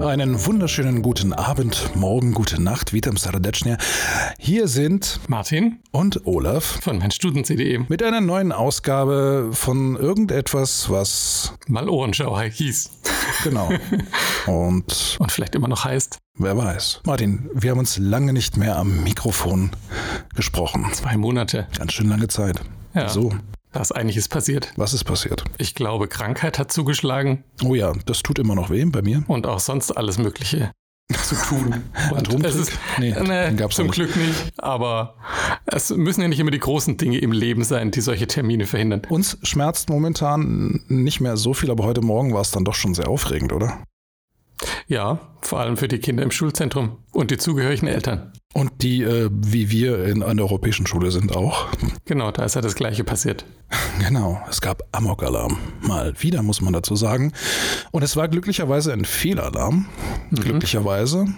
Einen wunderschönen guten Abend, morgen, gute Nacht, witam serdecznie. Hier sind Martin und Olaf von meinstudent.de mit einer neuen Ausgabe von irgendetwas, was mal Ohrenschau hieß. Genau. Und vielleicht immer noch heißt. Wer weiß. Martin, wir haben uns lange nicht mehr am Mikrofon gesprochen. 2 Monate. Ganz schön lange Zeit. Ja. So. Was eigentlich ist passiert? Was ist passiert? Ich glaube, Krankheit hat zugeschlagen. Oh ja, das tut immer noch weh bei mir. Und auch sonst alles Mögliche zu tun. Atomkrieg? Nee, zum Glück nicht. Aber es müssen ja nicht immer die großen Dinge im Leben sein, die solche Termine verhindern. Uns schmerzt momentan nicht mehr so viel, aber heute Morgen war es dann doch schon sehr aufregend, oder? Ja, vor allem für die Kinder im Schulzentrum und die zugehörigen Eltern. Und die, wie wir in einer europäischen Schule sind, auch. Genau, da ist ja das Gleiche passiert. Genau, es gab Amok-Alarm. Mal wieder, muss man dazu sagen. Und es war glücklicherweise ein Fehlalarm. Glücklicherweise.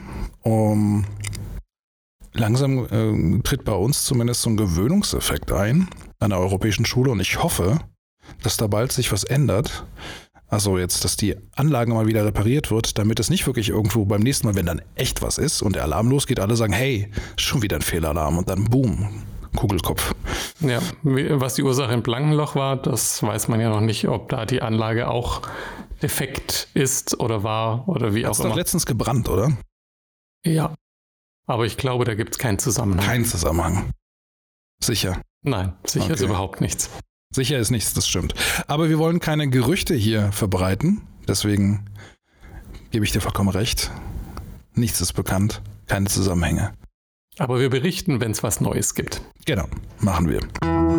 Langsam tritt bei uns zumindest so ein Gewöhnungseffekt ein an der europäischen Schule. Und ich hoffe, dass da bald sich was ändert. Also jetzt, dass die Anlage mal wieder repariert wird, damit es nicht wirklich irgendwo beim nächsten Mal, wenn dann echt was ist und der Alarm losgeht, alle sagen, hey, schon wieder ein Fehlalarm und dann boom, Kugelkopf. Ja, was die Ursache im Blankenloch war, das weiß man ja noch nicht, ob da die Anlage auch defekt ist oder war oder wie auch immer. Hat's doch letztens gebrannt, oder? Ja, aber ich glaube, da gibt es keinen Zusammenhang. Kein Zusammenhang. Sicher? Nein, sicher ist überhaupt nichts. Sicher ist nichts, das stimmt. Aber wir wollen keine Gerüchte hier verbreiten. Deswegen gebe ich dir vollkommen recht. Nichts ist bekannt, keine Zusammenhänge. Aber wir berichten, wenn es was Neues gibt. Genau, machen wir.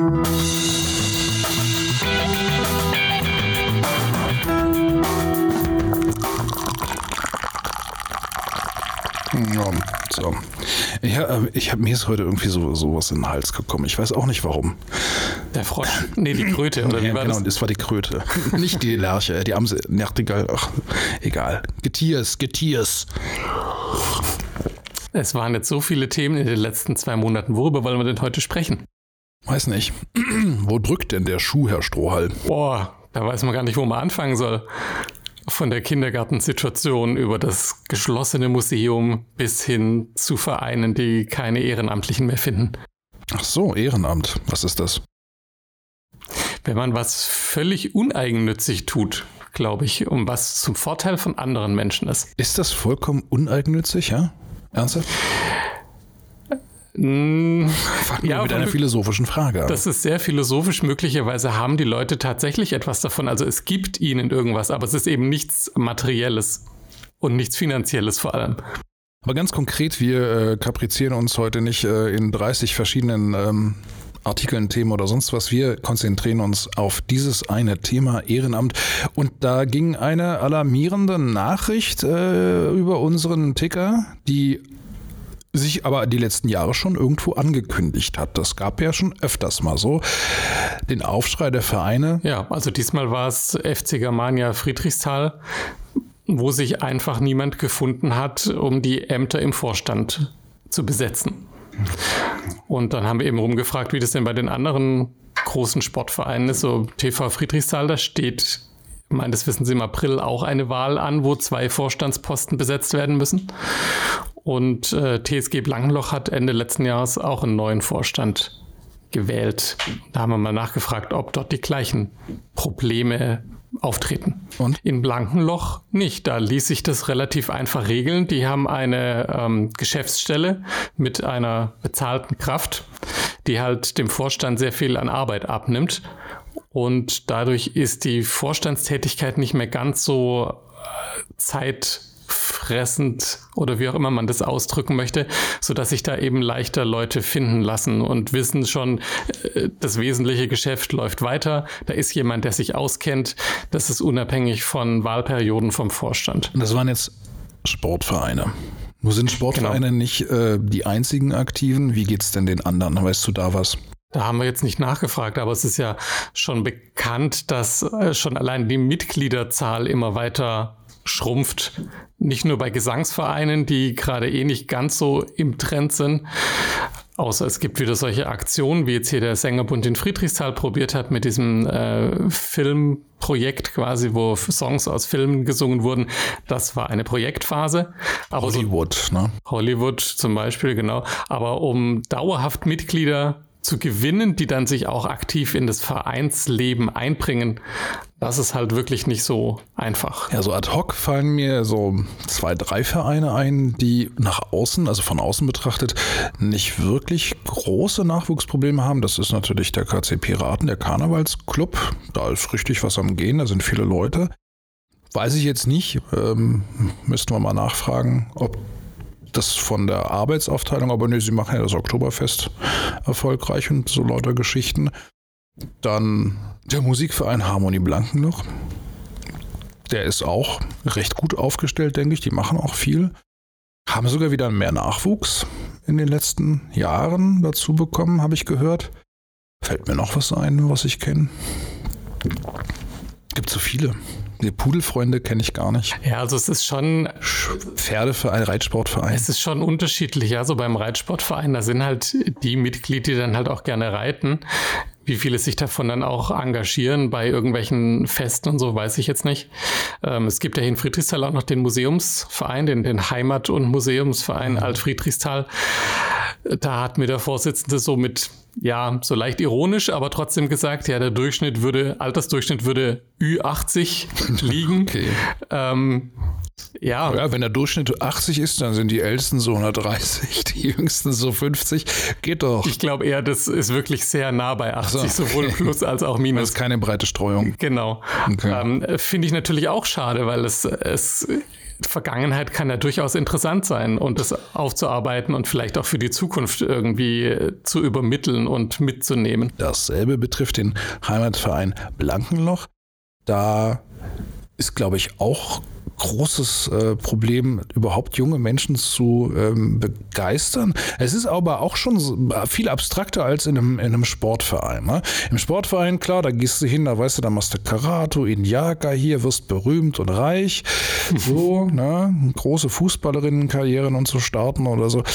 Ja, so. Mir ist heute irgendwie sowas in den Hals gekommen. Ich weiß auch nicht warum. Der Frosch? Nee, die Kröte, oder wie war das? Genau, das war die Kröte. Nicht die Lerche, die Amsel, Nachtigall. Ach, egal. Getiers. Es waren jetzt so viele Themen in den letzten 2 Monaten. Worüber wollen wir denn heute sprechen? Weiß nicht. Wo drückt denn der Schuh, Herr Strohhalm? Boah, da weiß man gar nicht, wo man anfangen soll. Von der Kindergartensituation über das geschlossene Museum bis hin zu Vereinen, die keine Ehrenamtlichen mehr finden. Ach so, Ehrenamt. Was ist das? Wenn man was völlig uneigennützig tut, glaube ich, um was zum Vorteil von anderen Menschen ist. Ist das vollkommen uneigennützig, ja? Ernsthaft? Fangen wir mit einer philosophischen Frage an. Das ist sehr philosophisch. Möglicherweise haben die Leute tatsächlich etwas davon. Also es gibt ihnen irgendwas, aber es ist eben nichts Materielles und nichts Finanzielles vor allem. Aber ganz konkret, wir kaprizieren uns heute nicht in 30 verschiedenen Artikeln, Themen oder sonst was. Wir konzentrieren uns auf dieses eine Thema Ehrenamt. Und da ging eine alarmierende Nachricht über unseren Ticker, die sich aber die letzten Jahre schon irgendwo angekündigt hat. Das gab ja schon öfters mal so den Aufschrei der Vereine. Ja, also diesmal war es FC Germania Friedrichsthal, wo sich einfach niemand gefunden hat, um die Ämter im Vorstand zu besetzen. Und dann haben wir eben rumgefragt, wie das denn bei den anderen großen Sportvereinen ist. So TV Friedrichsthal, da steht, meines Wissens im April auch eine Wahl an, wo 2 Vorstandsposten besetzt werden müssen. Und TSG Blankenloch hat Ende letzten Jahres auch einen neuen Vorstand gewählt. Da haben wir mal nachgefragt, ob dort die gleichen Probleme auftreten. Und? In Blankenloch nicht. Da ließ sich das relativ einfach regeln. Die haben eine Geschäftsstelle mit einer bezahlten Kraft, die halt dem Vorstand sehr viel an Arbeit abnimmt. Und dadurch ist die Vorstandstätigkeit nicht mehr ganz so zeitfressend oder wie auch immer man das ausdrücken möchte, sodass sich da eben leichter Leute finden lassen und wissen schon, das wesentliche Geschäft läuft weiter. Da ist jemand, der sich auskennt. Das ist unabhängig von Wahlperioden vom Vorstand. Und das waren jetzt Sportvereine. Nur sind Sportvereine nicht die einzigen aktiven? Wie geht's denn den anderen? Weißt du da was? Da haben wir jetzt nicht nachgefragt, aber es ist ja schon bekannt, dass schon allein die Mitgliederzahl immer weiter schrumpft. Nicht nur bei Gesangsvereinen, die gerade nicht ganz so im Trend sind, Außer es gibt wieder solche Aktionen, wie jetzt hier der Sängerbund in Friedrichsthal probiert hat mit diesem Filmprojekt quasi, wo Songs aus Filmen gesungen wurden. Das war eine Projektphase. Aber Hollywood, ne? Hollywood zum Beispiel, genau. Aber um dauerhaft Mitglieder zu gewinnen, die dann sich auch aktiv in das Vereinsleben einbringen, das ist halt wirklich nicht so einfach. Ja, so ad hoc fallen mir so 2, 3 Vereine ein, die nach außen, also von außen betrachtet, nicht wirklich große Nachwuchsprobleme haben. Das ist natürlich der KC Piraten, der Karnevalsclub. Da ist richtig was am Gehen, da sind viele Leute. Weiß ich jetzt nicht, müssten wir mal nachfragen, ob das von der Arbeitsaufteilung, aber nee, sie machen ja das Oktoberfest erfolgreich und so lauter Geschichten. Dann der Musikverein Harmonie Blankenloch. Der ist auch recht gut aufgestellt, denke ich. Die machen auch viel. Haben sogar wieder mehr Nachwuchs in den letzten Jahren dazu bekommen, habe ich gehört. Fällt mir noch was ein, was ich kenne? Gibt so viele. Die Pudelfreunde kenne ich gar nicht. Ja, also es ist schon... Pferdeverein, Reitsportverein. Es ist schon unterschiedlich. Also beim Reitsportverein, da sind halt die Mitglieder, die dann halt auch gerne reiten. Wie viele sich davon dann auch engagieren bei irgendwelchen Festen und so, weiß ich jetzt nicht. Es gibt ja hier in Friedrichsthal auch noch den Museumsverein, den Heimat- und Museumsverein Alt-Friedrichsthal. Da hat mir der Vorsitzende so mit, ja, so leicht ironisch, aber trotzdem gesagt, ja, der Altersdurchschnitt würde Ü80 liegen. Okay. Ja, wenn der Durchschnitt 80 ist, dann sind die Ältesten so 130, die Jüngsten so 50. Geht doch. Ich glaube eher, das ist wirklich sehr nah bei 80, sowohl Plus als auch Minus. Das ist keine breite Streuung. Genau. Okay. Finde ich natürlich auch schade, weil Vergangenheit kann ja durchaus interessant sein und das aufzuarbeiten und vielleicht auch für die Zukunft irgendwie zu übermitteln und mitzunehmen. Dasselbe betrifft den Heimatverein Blankenloch. Da ist, glaube ich, auch großes Problem, überhaupt junge Menschen zu begeistern. Es ist aber auch schon viel abstrakter als in einem Sportverein. Ne? Im Sportverein, klar, da gehst du hin, da weißt du, da machst du Karate, Injaka hier, wirst berühmt und reich. So, ne? Große Fußballerinnenkarrieren und so starten oder so.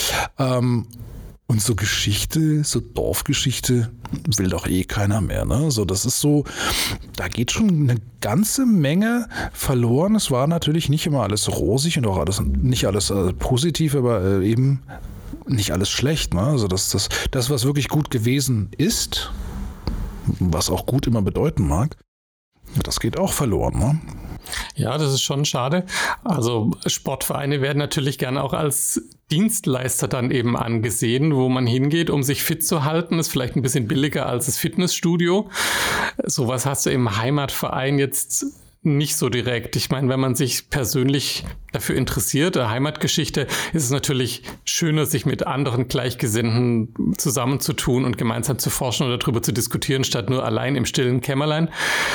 Und so Geschichte, so Dorfgeschichte will doch eh keiner mehr. Ne? So, das ist so, da geht schon eine ganze Menge verloren. Es war natürlich nicht immer alles rosig und auch nicht alles positiv, aber eben nicht alles schlecht. Ne? Also das, was wirklich gut gewesen ist, was auch gut immer bedeuten mag, das geht auch verloren. Ne? Ja, das ist schon schade. Also Sportvereine werden natürlich gerne auch als Dienstleister dann eben angesehen, wo man hingeht, um sich fit zu halten. Ist vielleicht ein bisschen billiger als das Fitnessstudio. Sowas hast du im Heimatverein jetzt nicht so direkt. Ich meine, wenn man sich persönlich dafür interessiert, der Heimatgeschichte, ist es natürlich schöner, sich mit anderen Gleichgesinnten zusammenzutun und gemeinsam zu forschen oder darüber zu diskutieren, statt nur allein im stillen Kämmerlein.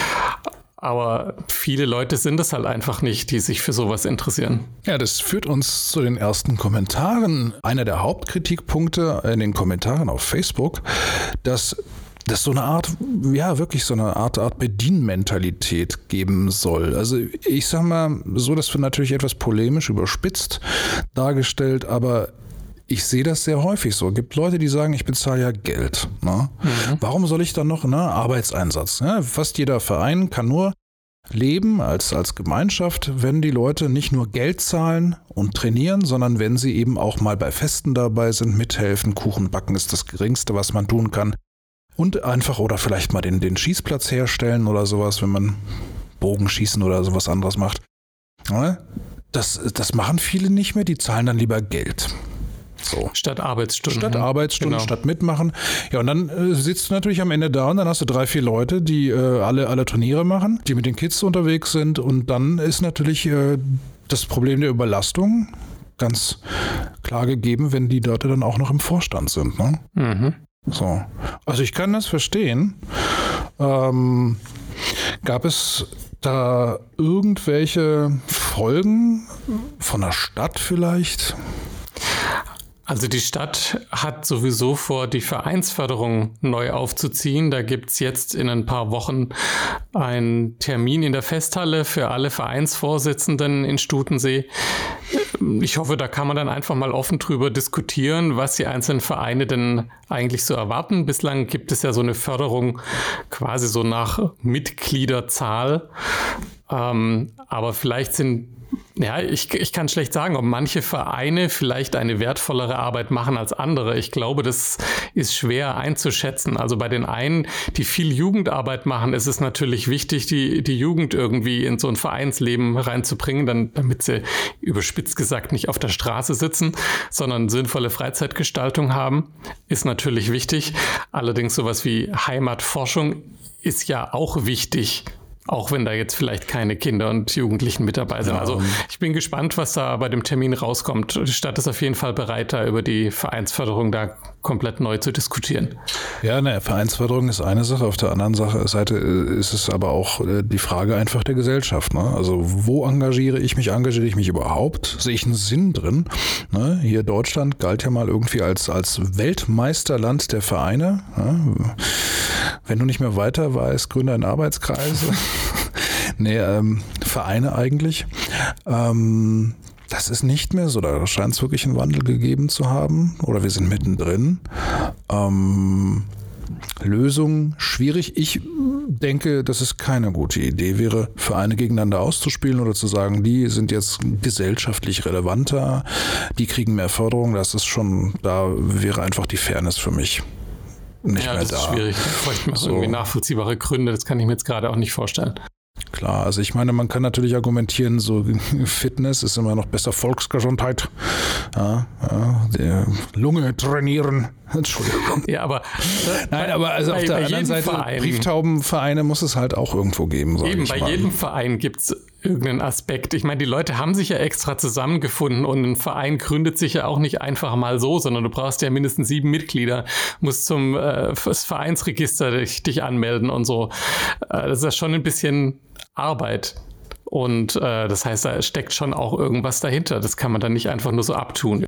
Aber viele Leute sind es halt einfach nicht, die sich für sowas interessieren. Ja, das führt uns zu den ersten Kommentaren. Einer der Hauptkritikpunkte in den Kommentaren auf Facebook, dass das so eine Art, ja wirklich so eine Art Bedienmentalität geben soll. Also ich sag mal, so, das wird natürlich etwas polemisch überspitzt dargestellt, aber ich sehe das sehr häufig so. Es gibt Leute, die sagen, ich bezahle ja Geld. Ne? Warum soll ich dann noch Arbeitseinsatz? Ne? Fast jeder Verein kann nur leben als Gemeinschaft, wenn die Leute nicht nur Geld zahlen und trainieren, sondern wenn sie eben auch mal bei Festen dabei sind, mithelfen. Kuchen backen ist das Geringste, was man tun kann. Und einfach oder vielleicht mal den Schießplatz herstellen oder sowas, wenn man Bogenschießen oder sowas anderes macht. Ne? Das machen viele nicht mehr, die zahlen dann lieber Geld. So. Statt Arbeitsstunden. Genau. Statt mitmachen. Ja, und dann sitzt du natürlich am Ende da und dann hast du 3, 4 Leute, die alle Turniere machen, die mit den Kids unterwegs sind. Und dann ist natürlich das Problem der Überlastung ganz klar gegeben, wenn die Leute dann auch noch im Vorstand sind. Ne? Mhm. So. Also ich kann das verstehen. Gab es da irgendwelche Folgen von der Stadt vielleicht? Also die Stadt hat sowieso vor, die Vereinsförderung neu aufzuziehen. Da gibt es jetzt in ein paar Wochen einen Termin in der Festhalle für alle Vereinsvorsitzenden in Stutensee. Ich hoffe, da kann man dann einfach mal offen drüber diskutieren, was die einzelnen Vereine denn eigentlich so erwarten. Bislang gibt es ja so eine Förderung quasi so nach Mitgliederzahl. Aber vielleicht ich kann schlecht sagen, ob manche Vereine vielleicht eine wertvollere Arbeit machen als andere. Ich glaube, das ist schwer einzuschätzen. Also bei den einen, die viel Jugendarbeit machen, ist es natürlich wichtig, die Jugend irgendwie in so ein Vereinsleben reinzubringen, damit sie überspitzt gesagt nicht auf der Straße sitzen, sondern sinnvolle Freizeitgestaltung haben, ist natürlich wichtig. Allerdings sowas wie Heimatforschung ist ja auch wichtig. Auch wenn da jetzt vielleicht keine Kinder und Jugendlichen mit dabei sind. Ja. Also ich bin gespannt, was da bei dem Termin rauskommt. Die Stadt ist auf jeden Fall bereit, da über die Vereinsförderung da komplett neu zu diskutieren. Ja, Vereinsförderung ist eine Sache. Auf der anderen Seite ist es aber auch die Frage einfach der Gesellschaft. Ne? Also wo engagiere ich mich? Engagiere ich mich überhaupt? Sehe ich einen Sinn drin? Ne? Hier Deutschland galt ja mal irgendwie als Weltmeisterland der Vereine. Ne? Wenn du nicht mehr weiter weißt, gründe einen Arbeitskreis. Vereine eigentlich. Das ist nicht mehr so. Da scheint es wirklich einen Wandel gegeben zu haben. Oder wir sind mittendrin. Lösung schwierig. Ich denke, dass es keine gute Idee wäre, Vereine gegeneinander auszuspielen oder zu sagen, die sind jetzt gesellschaftlich relevanter, die kriegen mehr Förderung. Da wäre einfach die Fairness für mich nicht mehr da. Ja, das ist schwierig. Da bräuchte man irgendwie nachvollziehbare Gründe. Das kann ich mir jetzt gerade auch nicht vorstellen. Klar, also ich meine, man kann natürlich argumentieren, so Fitness ist immer noch besser Volksgesundheit. Die Lunge trainieren. Entschuldigung. Ja, aber nein, aber also auf der anderen Seite, Brieftaubenvereine muss es halt auch irgendwo geben. Eben, bei jedem Verein gibt es irgendeinen Aspekt. Ich meine, die Leute haben sich ja extra zusammengefunden und ein Verein gründet sich ja auch nicht einfach mal so, sondern du brauchst ja mindestens 7 Mitglieder, musst zum Vereinsregister dich anmelden und so. Das ist ja schon ein bisschen Arbeit. Und das heißt, da steckt schon auch irgendwas dahinter. Das kann man dann nicht einfach nur so abtun.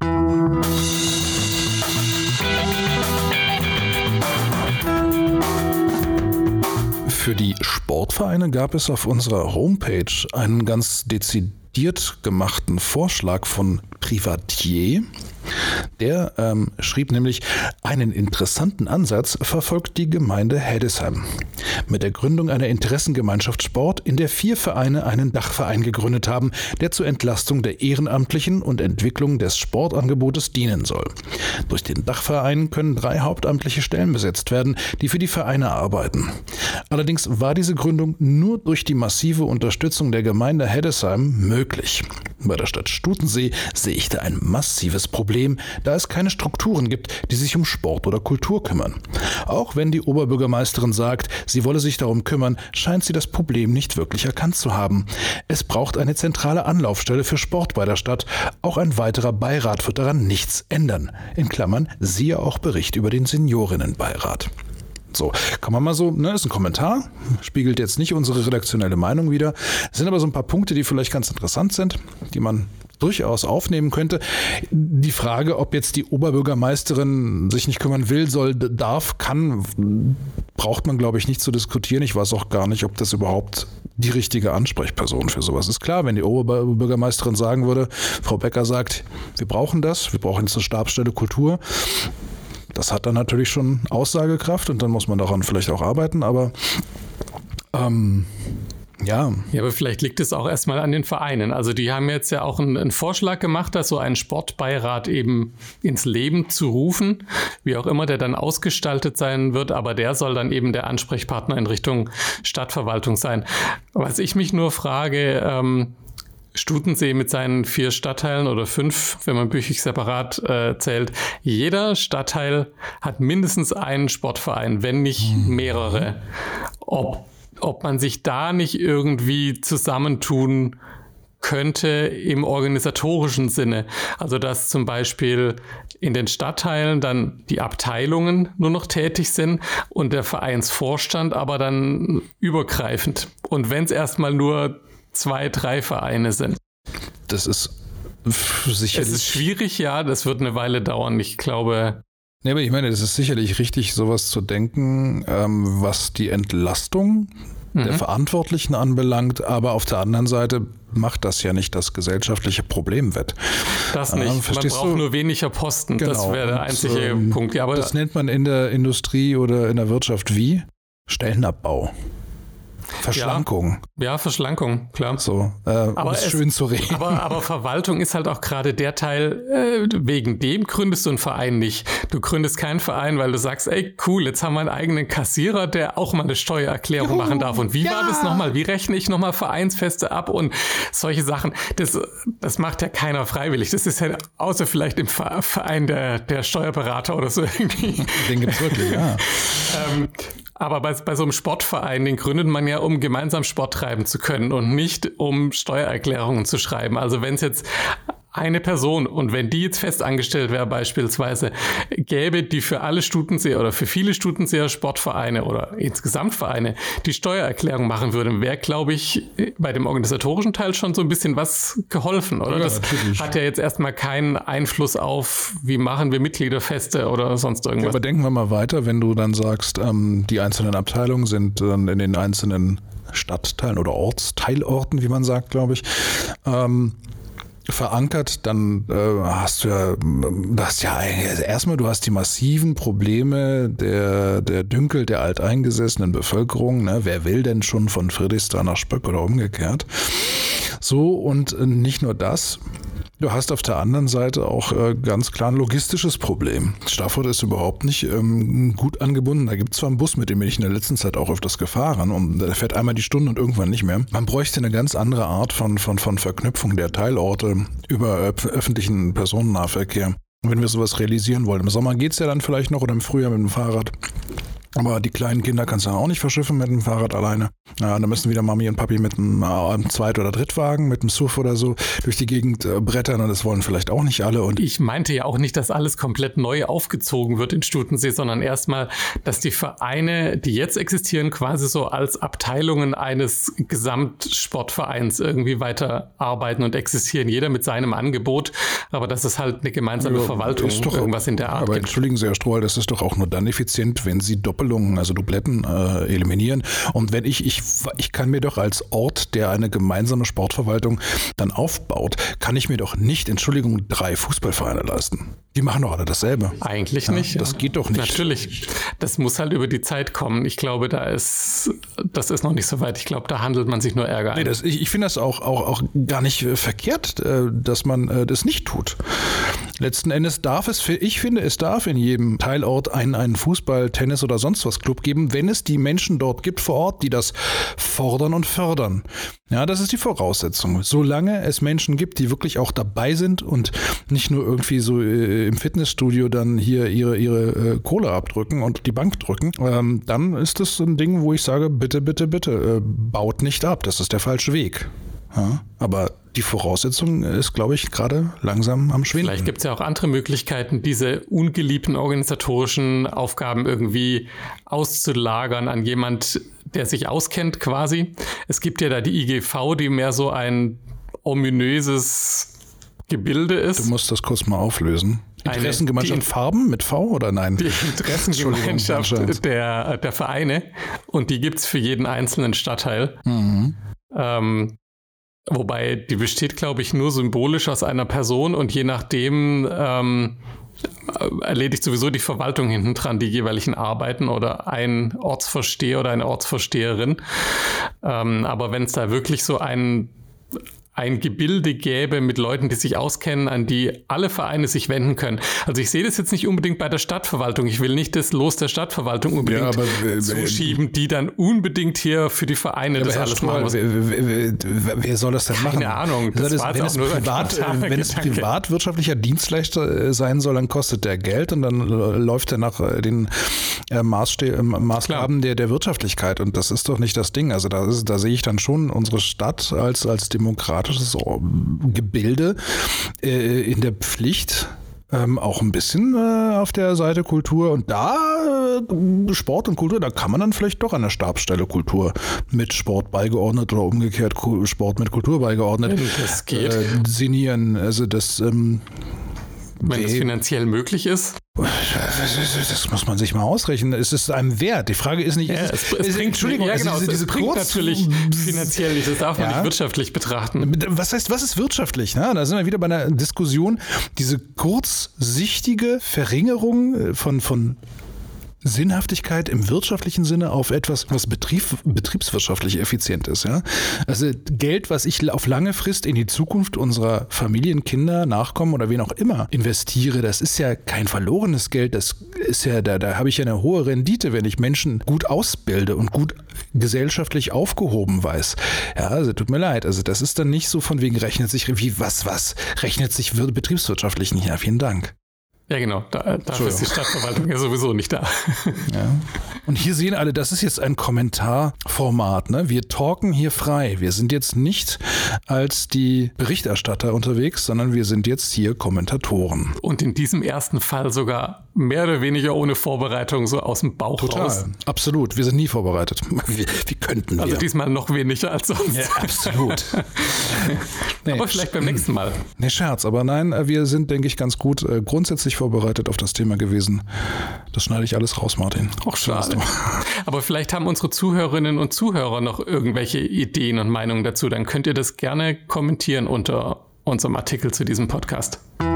Für die Sportvereine gab es auf unserer Homepage einen ganz dezidiert gemachten Vorschlag von Privatier. Der schrieb nämlich, einen interessanten Ansatz verfolgt die Gemeinde Heddesheim. Mit der Gründung einer Interessengemeinschaft Sport, in der 4 Vereine einen Dachverein gegründet haben, der zur Entlastung der Ehrenamtlichen und Entwicklung des Sportangebotes dienen soll. Durch den Dachverein können 3 hauptamtliche Stellen besetzt werden, die für die Vereine arbeiten. Allerdings war diese Gründung nur durch die massive Unterstützung der Gemeinde Heddesheim möglich. Bei der Stadt Stutensee sehe ich da ein massives Problem, da es keine Strukturen gibt, die sich um Sport oder Kultur kümmern. Auch wenn die Oberbürgermeisterin sagt, sie wolle sich darum kümmern, scheint sie das Problem nicht wirklich erkannt zu haben. Es braucht eine zentrale Anlaufstelle für Sport bei der Stadt. Auch ein weiterer Beirat wird daran nichts ändern. In Klammern, siehe auch Bericht über den Seniorinnenbeirat. So, kann man mal so, ist ein Kommentar, spiegelt jetzt nicht unsere redaktionelle Meinung wider. Es sind aber so ein paar Punkte, die vielleicht ganz interessant sind, die man durchaus aufnehmen könnte. Die Frage, ob jetzt die Oberbürgermeisterin sich nicht kümmern will, soll, darf, kann, braucht man, glaube ich, nicht zu diskutieren. Ich weiß auch gar nicht, ob das überhaupt die richtige Ansprechperson für sowas ist. Klar, wenn die Oberbürgermeisterin sagen würde, Frau Becker sagt, wir brauchen das, wir brauchen jetzt eine Stabsstelle Kultur. Das hat dann natürlich schon Aussagekraft und dann muss man daran vielleicht auch arbeiten, aber ja. Ja, aber vielleicht liegt es auch erstmal an den Vereinen. Also die haben jetzt ja auch einen Vorschlag gemacht, dass so einen Sportbeirat eben ins Leben zu rufen, wie auch immer der dann ausgestaltet sein wird, aber der soll dann eben der Ansprechpartner in Richtung Stadtverwaltung sein. Was ich mich nur frage, Stutensee mit seinen 4 Stadtteilen oder 5, wenn man Büchig separat zählt. Jeder Stadtteil hat mindestens einen Sportverein, wenn nicht mehrere. Ob man sich da nicht irgendwie zusammentun könnte im organisatorischen Sinne. Also dass zum Beispiel in den Stadtteilen dann die Abteilungen nur noch tätig sind und der Vereinsvorstand aber dann übergreifend. Und wenn es erstmal nur 2, 3 Vereine sind. Das ist sicherlich. Es ist schwierig, ja, das wird eine Weile dauern. Ich glaube. Nee, aber ich meine, es ist sicherlich richtig, sowas zu denken, was die Entlastung der Verantwortlichen anbelangt, aber auf der anderen Seite macht das ja nicht das gesellschaftliche Problem wett. Das nicht. Man braucht nur weniger Posten. Genau. Das wäre der einzige Punkt. Ja, aber das nennt man in der Industrie oder in der Wirtschaft wie? Stellenabbau. Verschlankung. Ja, Verschlankung, klar. So, aber ist schön zu reden. Aber Verwaltung ist halt auch gerade der Teil, wegen dem gründest du einen Verein nicht. Du gründest keinen Verein, weil du sagst, ey, cool, jetzt haben wir einen eigenen Kassierer, der auch mal eine Steuererklärung machen darf. Und wie war das nochmal? Wie rechne ich nochmal Vereinsfeste ab und solche Sachen? Das macht ja keiner freiwillig. Das ist ja außer vielleicht im Verein der Steuerberater oder so irgendwie. Den gibt's wirklich, ja. Aber bei so einem Sportverein, den gründet man ja, um gemeinsam Sport treiben zu können und nicht um Steuererklärungen zu schreiben. Also wenn es jetzt eine Person, und wenn die jetzt festangestellt wäre beispielsweise, gäbe, die für alle Stutenseher oder für viele Stutenseher Sportvereine oder insgesamt Vereine die Steuererklärung machen würde, wäre, glaube ich, bei dem organisatorischen Teil schon so ein bisschen was geholfen, oder? Ja, das natürlich. Hat ja jetzt erstmal keinen Einfluss auf, wie machen wir Mitgliederfeste oder sonst irgendwas. Ja, aber denken wir mal weiter, wenn du dann sagst, die einzelnen Abteilungen sind dann in den einzelnen Stadtteilen oder Teilorten, wie man sagt, glaube ich, verankert, dann hast du erstmal, du hast die massiven Probleme der Dünkel der alteingesessenen Bevölkerung. Ne? Wer will denn schon von Friedrichsthal nach Spöck oder umgekehrt? So, und nicht nur das. Du hast auf der anderen Seite auch ganz klar ein logistisches Problem. Stafford ist überhaupt nicht gut angebunden. Da gibt es zwar einen Bus, mit dem bin ich in der letzten Zeit auch öfters gefahren und der fährt einmal die Stunde und irgendwann nicht mehr. Man bräuchte eine ganz andere Art von Verknüpfung der Teilorte über öffentlichen Personennahverkehr. Wenn wir sowas realisieren wollen. Im Sommer geht es ja dann vielleicht noch oder im Frühjahr mit dem Fahrrad. Aber die kleinen Kinder kannst du dann auch nicht verschiffen mit dem Fahrrad alleine. Ja, da müssen wieder Mami und Papi mit einem Zweit- oder Drittwagen, mit einem SUV oder so durch die Gegend brettern und das wollen vielleicht auch nicht alle. Und ich meinte ja auch nicht, dass alles komplett neu aufgezogen wird in Stutensee, sondern erstmal, dass die Vereine, die jetzt existieren, quasi so als Abteilungen eines Gesamtsportvereins irgendwie weiter arbeiten und existieren. Jeder mit seinem Angebot, aber dass es halt eine gemeinsame Verwaltung ist doch irgendwas in der Art aber gibt. Entschuldigen Sie, Herr Strohl, das ist doch auch nur dann effizient, wenn Sie Doppelungen, also Dubletten eliminieren. Und wenn ich kann mir doch als Ort, der eine gemeinsame Sportverwaltung dann aufbaut, kann ich mir doch nicht, Entschuldigung, 3 Fußballvereine leisten. Die machen doch alle dasselbe. Eigentlich nicht. Das geht doch nicht. Natürlich. Das muss halt über die Zeit kommen. Ich glaube, das ist noch nicht so weit. Ich glaube, da handelt man sich nur Ärger ein. Nee, ich finde das auch gar nicht verkehrt, dass man das nicht tut. Letzten Endes darf es darf in jedem Teilort einen Fußball-, Tennis- oder sonst was Club geben, wenn es die Menschen dort gibt vor Ort, die das fordern und fördern. Ja, das ist die Voraussetzung. Solange es Menschen gibt, die wirklich auch dabei sind und nicht nur irgendwie so im Fitnessstudio dann hier ihre Kohle abdrücken und die Bank drücken, dann ist das ein Ding, wo ich sage, bitte, bitte, bitte, baut nicht ab. Das ist der falsche Weg. Ja, aber die Voraussetzung ist, glaube ich, gerade langsam am Schwinden. Vielleicht gibt es ja auch andere Möglichkeiten, diese ungeliebten organisatorischen Aufgaben irgendwie auszulagern an jemand, der sich auskennt quasi. Es gibt ja da die IGV, die mehr so ein ominöses Gebilde ist. Du musst das kurz mal auflösen. Interessengemeinschaft Farben mit V oder nein? Die Interessengemeinschaft der Vereine. Und die gibt es für jeden einzelnen Stadtteil. Mhm. Wobei die besteht, glaube ich, nur symbolisch aus einer Person und je nachdem erledigt sowieso die Verwaltung hinten dran die jeweiligen Arbeiten oder ein Ortsvorsteher oder eine Ortsvorsteherin. Aber wenn es da wirklich so ein Gebilde gäbe mit Leuten, die sich auskennen, an die alle Vereine sich wenden können. Also ich sehe das jetzt nicht unbedingt bei der Stadtverwaltung. Ich will nicht das Los der Stadtverwaltung unbedingt zuschieben, die dann unbedingt hier für die Vereine das alles machen muss. Wer soll das denn machen? Keine Ahnung. Wenn es privatwirtschaftlicher Dienstleister sein soll, dann kostet der Geld und dann läuft er nach den Maßgaben der Wirtschaftlichkeit. Und das ist doch nicht das Ding. Also da sehe ich dann schon unsere Stadt als demokratisches Gebilde in der Pflicht, auch ein bisschen auf der Seite Kultur. Und da Sport und Kultur, da kann man dann vielleicht doch an der Stabsstelle Kultur mit Sport beigeordnet oder umgekehrt Sport mit Kultur beigeordnet das geht. Sinnieren. Also das wenn es finanziell möglich ist. Das muss man sich mal ausrechnen. Es ist einem wert. Die Frage ist nicht... Ja, es bringt, Entschuldigung, ja, genau, diese bringt natürlich finanziell nicht. Das darf man nicht wirtschaftlich betrachten. Was ist wirtschaftlich? Ne? Da sind wir wieder bei einer Diskussion. Diese kurzsichtige Verringerung von Sinnhaftigkeit im wirtschaftlichen Sinne auf etwas, was betriebswirtschaftlich effizient ist. Ja? Also Geld, was ich auf lange Frist in die Zukunft unserer Familien, Kinder, Nachkommen oder wen auch immer investiere, das ist ja kein verlorenes Geld. Das ist ja, da habe ich ja eine hohe Rendite, wenn ich Menschen gut ausbilde und gut gesellschaftlich aufgehoben weiß. Ja, also tut mir leid. Also das ist dann nicht so von wegen rechnet sich rechnet sich betriebswirtschaftlich nicht. Ja, vielen Dank. Ja, genau. Dafür ist die Stadtverwaltung ja sowieso nicht da. Ja. Und hier sehen alle, das ist jetzt ein Kommentarformat. Ne? Wir talken hier frei. Wir sind jetzt nicht als die Berichterstatter unterwegs, sondern wir sind jetzt hier Kommentatoren. Und in diesem ersten Fall sogar mehr oder weniger ohne Vorbereitung, so aus dem Bauch raus. Absolut. Wir sind nie vorbereitet. Wie könnten wir? Also diesmal noch weniger als sonst. Ja, absolut. Nee, aber vielleicht beim nächsten Mal. Nee, Scherz. Aber nein, wir sind, denke ich, ganz gut grundsätzlich vorbereitet auf das Thema gewesen. Das schneide ich alles raus, Martin. Auch schade. Aber vielleicht haben unsere Zuhörerinnen und Zuhörer noch irgendwelche Ideen und Meinungen dazu. Dann könnt ihr das gerne kommentieren unter unserem Artikel zu diesem Podcast.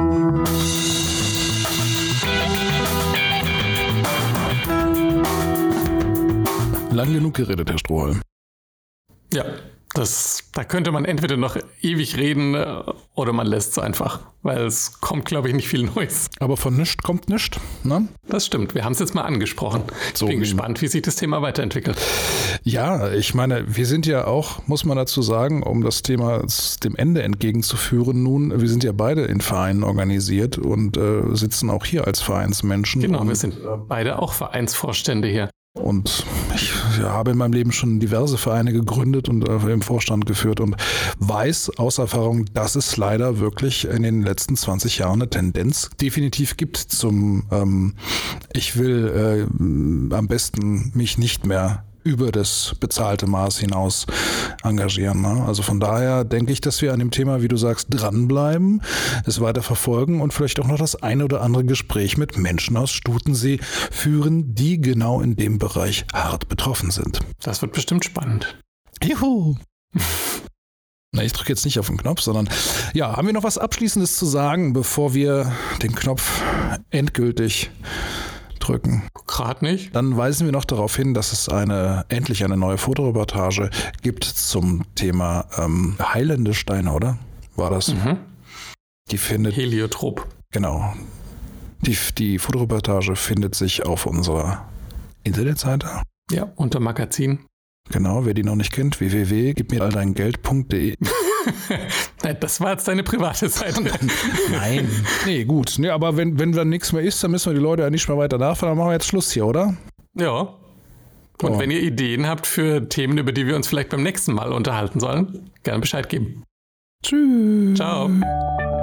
Lang genug geredet, Herr Strohhalm. Ja, da könnte man entweder noch ewig reden oder man lässt es einfach, weil es kommt, glaube ich, nicht viel Neues. Aber von nichts kommt nichts, ne? Das stimmt, wir haben es jetzt mal angesprochen. Ich bin gespannt, wie sich das Thema weiterentwickelt. Ja, ich meine, wir sind ja auch, muss man dazu sagen, um das Thema dem Ende entgegenzuführen nun, wir sind ja beide in Vereinen organisiert und sitzen auch hier als Vereinsmenschen. Genau, wir sind beide auch Vereinsvorstände hier. Und ich habe in meinem Leben schon diverse Vereine gegründet und im Vorstand geführt und weiß aus Erfahrung, dass es leider wirklich in den letzten 20 Jahren eine Tendenz definitiv gibt zum ich will am besten mich nicht mehr über das bezahlte Maß hinaus engagieren. Ne? Also von daher denke ich, dass wir an dem Thema, wie du sagst, dranbleiben, es weiter verfolgen und vielleicht auch noch das eine oder andere Gespräch mit Menschen aus Stutensee führen, die genau in dem Bereich hart betroffen sind. Das wird bestimmt spannend. Juhu! Na, ich drücke jetzt nicht auf den Knopf, sondern ja, haben wir noch was Abschließendes zu sagen, bevor wir den Knopf endgültig drücken? Gerade nicht. Dann weisen wir noch darauf hin, dass es endlich eine neue Fotoreportage gibt zum Thema heilende Steine, oder? War das? Mhm. Die findet... Heliotrop. Genau. Die Fotoreportage findet sich auf unserer Internetseite. Ja, unter Magazin. Genau, wer die noch nicht kennt, www.gibmiralldeingeld.de. Das war jetzt deine private Seite. Nein. Nee, gut. Nee, aber wenn dann nichts mehr ist, dann müssen wir die Leute ja nicht mehr weiter nachfragen. Dann machen wir jetzt Schluss hier, oder? Ja. Und wenn ihr Ideen habt für Themen, über die wir uns vielleicht beim nächsten Mal unterhalten sollen, gerne Bescheid geben. Tschüss. Ciao.